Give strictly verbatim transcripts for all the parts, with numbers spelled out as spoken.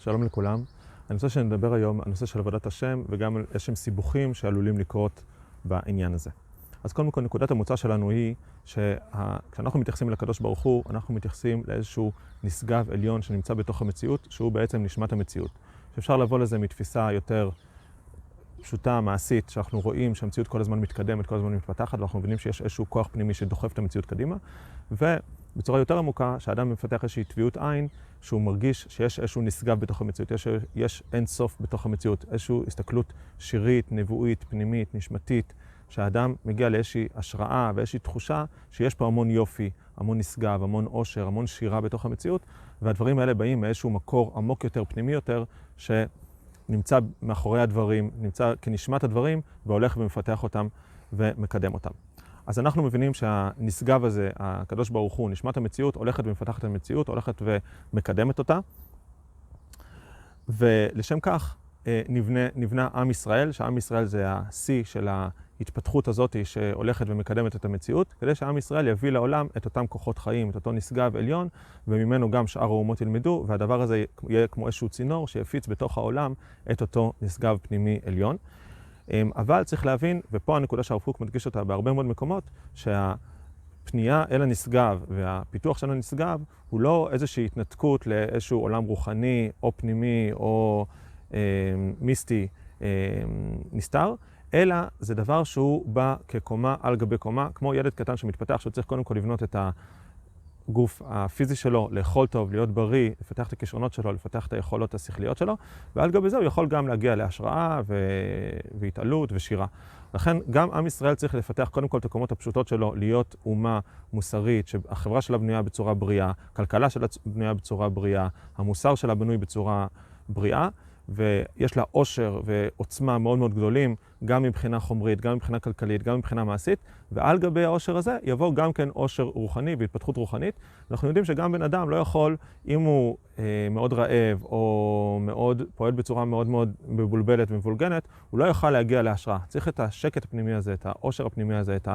שלום לכולם. הנושא שנדבר היום, הנושא של עבודת השם, וגם על איזשהם סיבוכים שעלולים לקרות בעניין הזה. אז קודם כל, נקודת המוצא שלנו היא שכשאנחנו מתייחסים לקדוש ברוך הוא, אנחנו מתייחסים לאיזשהו נשגב עליון שנמצא בתוך המציאות, שהוא בעצם נשמת המציאות. שאפשר לבוא לזה מתפיסה יותר פשוטה, מעשית, שאנחנו רואים שהמציאות כל הזמן מתקדמת, כל הזמן מתפתחת, ואנחנו מבינים שיש איזשהו כוח פנימי שדוחף את המציאות קדימה. ובצורה יותר עמוקה, שהאדם מפתח איזושהי טביעות עין, שהוא מרגיש שיש איזשהו נשגב בתוך המציאות, יש, יש אין סוף בתוך המציאות, איזושהי הסתכלות שירית, נבואית, פנימית, נשמתית, שהאדם מגיע לאיזושהי השראה ואיזושהי תחושה שיש פה המון יופי, המון נשגב, המון עושר, המון שירה בתוך המציאות, והדברים האלה באים מאיזשהו מקור עמוק יותר, פנימי יותר, שנמצא מאחורי הדברים, נמצא כנשמת הדברים, והולך ומפתח אותם ומקדם אותם. אז אנחנו מבינים שהנשגב הזה, הקדוש ברוך הוא, נשמת המציאות, הולכת ומפתחת את המציאות, הולכת ומקדמת אותה. ולשם כך נבנה, נבנה עם ישראל, שעם ישראל זה השיא של ההתפתחות הזאת שהולכת ומקדמת את המציאות, כדי שעם ישראל יביא לעולם את אותם כוחות חיים, את אותו נשגב עליון, וממנו גם שאר האומות ילמדו, והדבר הזה יהיה כמו איזשהו צינור שיפיץ בתוך העולם את אותו נשגב פנימי עליון. אבל צריך להבין, ופה הנקודה שהרב קוק מדגיש אותה בהרבה מאוד מקומות, שהפנייה אל הנשגב והפיתוח של הנשגב הוא לא איזושהי התנתקות לאיזשהו עולם רוחני או פנימי או אה, מיסטי אה, נסתר, אלא זה דבר שהוא בא כקומה על גבי קומה, כמו ילד קטן שמתפתח, שהוא צריך קודם כל לבנות את הגוף הפיזי שלו, לאכול טוב, להיות בריא, לפתח את הכישרונות שלו, לפתח את היכולות השכליות שלו, ועל גבי זה הוא יכול גם להגיע להשראה ו... והתעלות ושירה. לכן גם עם ישראל צריך לפתח קודם כל את הקומות הפשוטות שלו, להיות אומה מוסרית, שהחברה שלה בנויה בצורה בריאה, הכלכלה שלה בנויה בצורה בריאה, המוסר שלה בנוי בצורה בריאה, ויש לה עושר ועוצמה מאוד מאוד גדולים, גם מבחינה חומרית, גם מבחינה כלכלית, גם מבחינה מעשית, ועל גבי העושר הזה יבוא גם כן עושר רוחני והתפתחות רוחנית. אנחנו יודעים שגם בן אדם לא יכול, אם הוא אה, מאוד רעב או מאוד פועל בצורה מאוד מאוד מבולבלת ומבולגנת, הוא לא יוכל להגיע להשראה. צריך את השקט הפנימי הזה, את העושר הפנימי הזה, את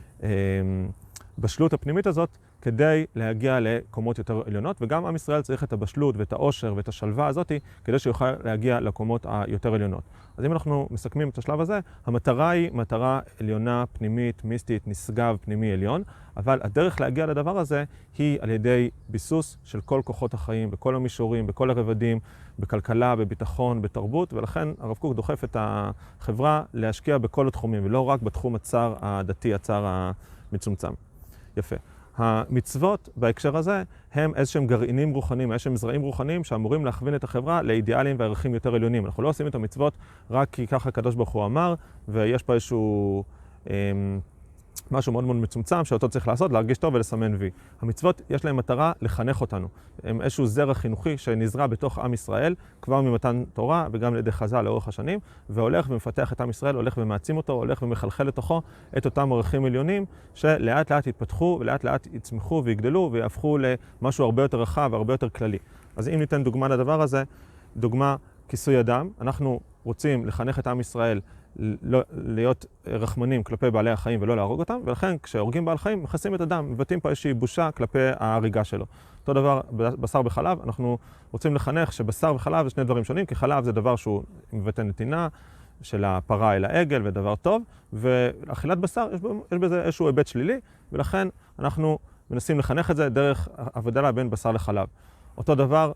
הבשלות הפנימית הזאת, כדי להגיע לקומות יותר עליונות, וגם עם ישראל צריך את הבשלות ואת העושר ואת השלווה הזאת, כדי שיוכל להגיע לקומות היותר עליונות. אז אם אנחנו מסכמים את השלב הזה, המטרה היא מטרה עליונה, פנימית, מיסטית, נשגב, פנימי, עליון, אבל הדרך להגיע לדבר הזה היא על ידי ביסוס של כל כוחות החיים, בכל המישורים, בכל הרבדים, בכלכלה, בביטחון, בתרבות, ולכן הרב קוק דוחף את החברה להשקיע בכל התחומים, ולא רק בתחום הצר הדתי, הצר המצומצם. יפה. המצוות בהקשר הזה הם איזשהם גרעינים רוחניים, איזשהם זרעים רוחניים שאמורים להכווין את החברה לאידיאלים וערכים יותר עליונים. אנחנו לא עושים את המצוות רק כי ככה הקדוש ברוך הוא אמר, ויש פה איזשהו אה, משהו מאוד מאוד מצומצם שאותו צריך לעשות, להרגיש טוב ולסמן וי. המצוות יש להם מטרה לחנך אותנו. הם איזשהו זרע חינוכי שנזרע בתוך עם ישראל, כבר ממתן תורה וגם לידי חז"ל לאורך השנים, והולך ומפתח את עם ישראל, הולך ומעצים אותו, הולך ומחלחל לתוכו את אותם ערכים עליונים, שלאט לאט יתפתחו ולאט לאט יצמחו ויגדלו ויהפכו למשהו הרבה יותר רחב והרבה יותר כללי. אז אם ניתן דוגמה לדבר הזה, דוגמה כיסוי אדם, אנחנו רוצים לחנך את עם ישראל לא, להיות רחמנים כלפי בעלי החיים ולא להרוג אותם, ולכן כשהורגים בעל חיים מכסים את הדם, מבטאים פה איזושהי בושה כלפי ההריגה שלו. אותו דבר בשר בחלב, אנחנו רוצים לחנך שבשר וחלב זה שני דברים שונים, כי חלב זה דבר שהוא מבטא נתינה של הפרה אל העגל ודבר טוב, ואכילת בשר יש, יש בזה איזשהו היבט שלילי, ולכן אנחנו מנסים לחנך את זה דרך הבדלה בין בשר לחלב. אותו דבר,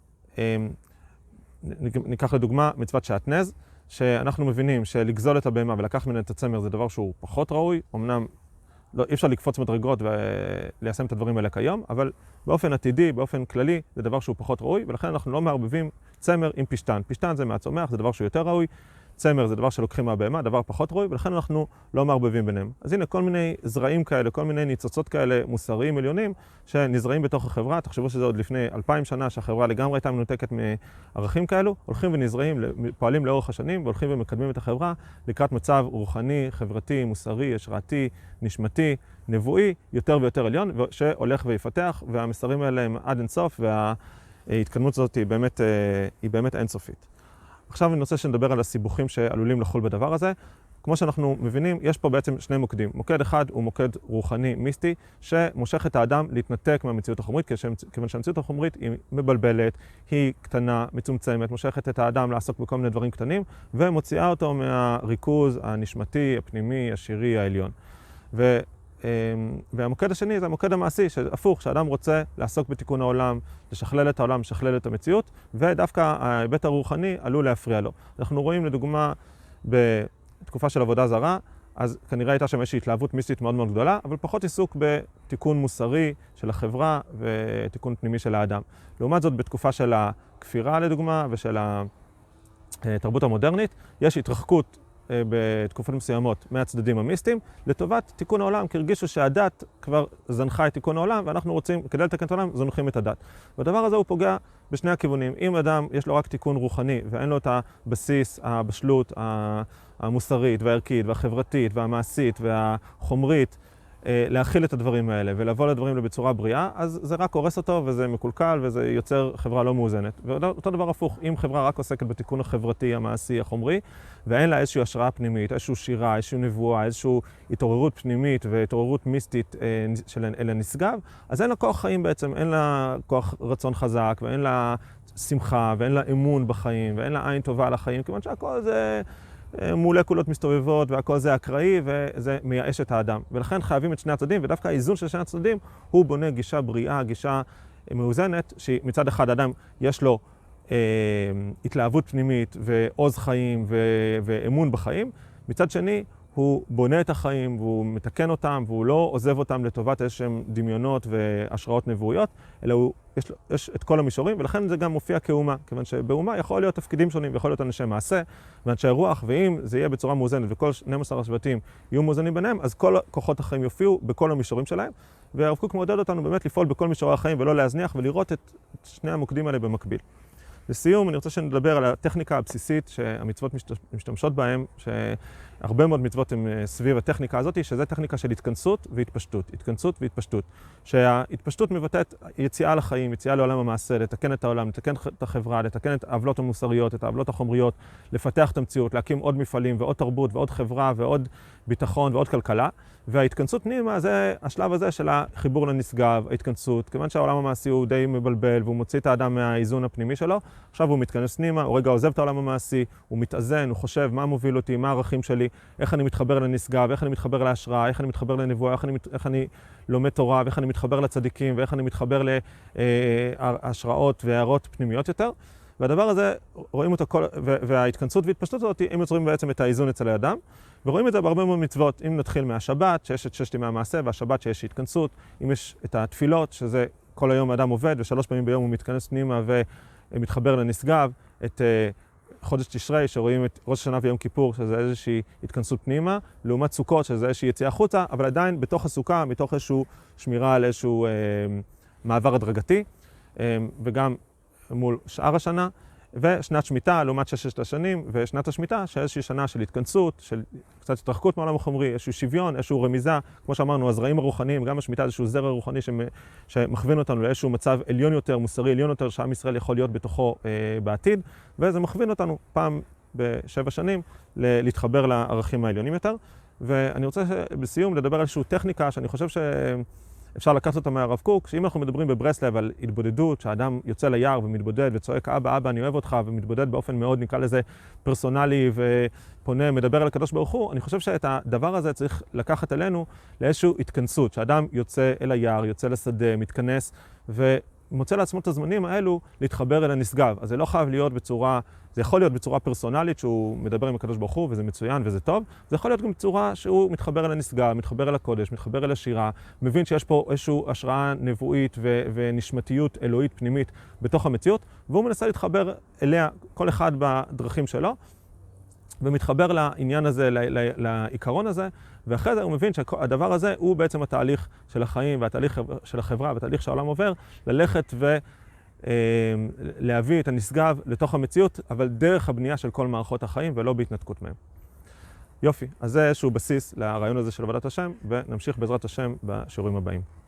ניקח לדוגמה מצוות שעטנז, שאנחנו מבינים שלגזול את הבהמה ולקח ממנה את הצמר זה דבר שהוא פחות ראוי, אמנם לא, אי אפשר לקפוץ מדרגות וליישם את הדברים האלה כיום, אבל באופן עתידי, באופן כללי, זה דבר שהוא פחות ראוי, ולכן אנחנו לא מערבבים צמר עם פשטן. פשטן זה מהצומח, זה דבר שהוא יותר ראוי, צמר זה דבר שלוקחים מהבהמה, דבר פחות ראוי, ולכן אנחנו לא מערבבים ביניהם. אז הנה כל מיני זרעים כאלה, כל מיני ניצוצות כאלה מוסריים עליונים שנזרעים בתוך החברה. תחשבו שזה עוד לפני אלפיים שנה שהחברה לגמרי הייתה מנותקת מערכים כאלו, הולכים ונזרעים, פועלים לאורך השנים, והולכים ומקדמים את החברה לקראת מצב רוחני, חברתי, מוסרי, השראתי, נשמתי, נבואי, יותר ויותר עליון, שהולך ויפתח, והמסרים האלה הם עד אינסוף, וההתקדמות הזאת היא באמת, היא באמת אינסופית. עכשיו אני רוצה שנדבר על הסיבוכים שעלולים לחול בדבר הזה. כמו שאנחנו מבינים, יש פה בעצם שני מוקדים. מוקד אחד הוא מוקד רוחני, מיסטי, שמושך את האדם להתנתק מהמציאות החומרית, כיוון שהמציאות החומרית היא מבלבלת, היא קטנה, מצומצמת, מושכת את האדם לעסוק בכל מיני דברים קטנים, ומוציאה אותו מהריכוז הנשמתי, הפנימי, השירי, העליון. ו... והמוקד השני זה המוקד המעשי, שהפוך, שהאדם רוצה לעסוק בתיקון העולם, לשכלל את העולם, לשכלל את המציאות, ודווקא ההיבט הרוחני עלול להפריע לו. אנחנו רואים לדוגמה בתקופה של עבודה זרה, אז כנראה הייתה שם איזושהי התלהבות מיסטית מאוד מאוד גדולה, אבל פחות עיסוק בתיקון מוסרי של החברה ותיקון פנימי של האדם. לעומת זאת, בתקופה של הכפירה לדוגמה ושל התרבות המודרנית, יש התרחקות בתקופות מסוימות מהצדדים המיסטיים, לטובת תיקון העולם, כי הרגישו שהדת כבר זנחה את תיקון העולם, ואנחנו רוצים, כדי לתקן את העולם, זונחים את הדת. והדבר הזה הוא פוגע בשני הכיוונים. אם אדם יש לו רק תיקון רוחני, ואין לו את הבסיס, הבשלות, המוסרית והערכית והחברתית והמעשית והחומרית, להכיל את הדברים האלה ולבוא לדברים בצורה בריאה, אז זה רק הורס אותו וזה מקולקל וזה יוצר חברה לא מאוזנת. ואותו דבר הפוך, אם חברה רק עוסקת בתיקון החברתי, המעשי, החומרי, ואין לה איזושהי השראה פנימית, איזושהי שירה, איזושהי נבואה, איזושהי התעוררות פנימית והתעוררות מיסטית אל הנשגב, אז אין לה כוח חיים בעצם, אין לה כוח רצון חזק ואין לה שמחה ואין לה אמון בחיים ואין לה עין טובה על החיים, כיוון שהכל זה מולקולות מסתובבות והכל זה אקראי וזה מייאש את האדם. ולכן חייבים את שני הצדדים, ודווקא האיזון של שני הצדדים הוא בונה גישה בריאה, גישה מאוזנת, שמצד אחד האדם יש לו אה, התלהבות פנימית ועוז חיים ו- ואמון בחיים, מצד שני הוא בונה את החיים והוא מתקן אותם והוא לא עוזב אותם לטובת איזשהם דמיונות והשראות נבואיות, אלא הוא, יש, יש את כל המישורים, ולכן זה גם מופיע כאומה, כיוון שבאומה יכול להיות תפקידים שונים ויכול להיות אנשי מעשה ואנשי רוח, ואם זה יהיה בצורה מאוזנת וכל שנים עשר השבטים יהיו מאוזנים ביניהם, אז כל כוחות החיים יופיעו בכל המישורים שלהם, והרב קוק מעודד אותנו באמת לפעול בכל מישורי החיים ולא להזניח ולראות את שני המוקדים האלה במקביל. לסיום, אני רוצה שנדבר על הטכניקה הבסיסית שהמצוות משתמשות בהם, שהרבה מאוד מצוות הן סביב הטכניקה הזאת, שזה טכניקה של התכנסות והתפשטות. התכנסות והתפשטות. שההתפשטות מבטאת יציאה לחיים, יציאה לעולם המעשה, לתקן את העולם, לתקן את החברה, לתקן את העוולות המוסריות, את העוולות החומריות, לפתח את המציאות, להקים עוד מפעלים ועוד תרבות ועוד חברה ועוד ביטחון ועוד כלכלה. וההתכנסות פנימה זה השלב הזה של החיבור לנשגב, ההתכנסות, כיוון שהעולם המעשי הוא די מבלבל והוא מוציא את האדם מהאיזון הפנימי שלו, עכשיו הוא מתכנס פנימה, הוא רגע עוזב את העולם המעשי, הוא מתאזן, הוא חושב מה מוביל אותי, מה הערכים שלי, איך אני מתחבר לנשגב, איך אני מתחבר להשראה, איך אני מתחבר לנבואה, איך אני, איך אני לומד תורה, ואיך אני מתחבר לצדיקים, ואיך אני מתחבר להשראות והערות פנימיות יותר. והדבר הזה, רואים אותו כל, וההתכנסות וההתפשטות הזאת, הם יוצרים בעצם את האיזון אצל האדם, ורואים את זה בהרבה מאוד מצוות. אם נתחיל מהשבת, שיש את ששת ימי המעשה, והשבת שיש התכנסות, אם יש את התפילות, שזה כל היום האדם עובד, ושלוש פעמים ביום הוא מתכנס פנימה ומתחבר לנשגב, את חודש תשרי, שרואים את ראש השנה ויום כיפור, שזה איזושהי התכנסות פנימה, לעומת סוכות, שזה איזושהי יציאה החוצה, אבל עדיין בתוך הסוכה, מתוך איזושהי שמירה על איזשהו אה, מעבר הדרגתי, אה, וגם מול שאר השנה, ושנת שמיטה, לעומת ששת השנים, ושנת השמיטה, שאיזושהי שנה של התכנסות, של קצת התרחקות מעולם החומרי, איזשהו שוויון, איזשהו רמיזה, כמו שאמרנו, הזרעים הרוחניים, גם השמיטה איזשהו זרע רוחני שמכווין אותנו לאיזשהו מצב עליון יותר, מוסרי עליון יותר, שעם ישראל יכול להיות בתוכו אה, בעתיד, וזה מכווין אותנו פעם בשבע שנים להתחבר לערכים העליונים יותר. ואני רוצה בסיום לדבר על איזושהי טכניקה שאני חושב ש... אפשר לקחת אותה מהרב קוק, שאם אנחנו מדברים בברסלב על התבודדות, שהאדם יוצא ליער ומתבודד וצועק אבא, אבא, אני אוהב אותך, ומתבודד באופן מאוד, נקרא לזה, פרסונלי ופונה, מדבר על הקדוש ברוך הוא, אני חושב שאת הדבר הזה צריך לקחת אלינו לאיזושהי התכנסות, שהאדם יוצא אל היער, יוצא לשדה, מתכנס ומוצא לעצמו את הזמנים האלו להתחבר אל הנשגב. אז זה לא חייב להיות בצורה, זה יכול להיות בצורה פרסונלית שהוא מדבר עם הקדוש ברוך הוא וזה מצוין וזה טוב, זה יכול להיות גם בצורה שהוא מתחבר אל הנשגב, מתחבר אל הקודש, מתחבר אל השירה, מבין שיש פה איזושהי השראה נבואית ו- ונשמתיות אלוהית פנימית בתוך המציאות, והוא מנסה להתחבר אליה כל אחד בדרכים שלו, ומתחבר לעניין הזה, ל- ל- לעיקרון הזה, ואחרי זה הוא מבין שהדבר הזה הוא בעצם התהליך של החיים והתהליך של החברה והתהליך שהעולם עובר, ללכת ו... להביא את הנשגב לתוך המציאות, אבל דרך הבנייה של כל מערכות החיים ולא בהתנתקות מהם. יופי, אז זה איזשהו בסיס לרעיון הזה של עבודת השם, ונמשיך בעזרת השם בשיעורים הבאים.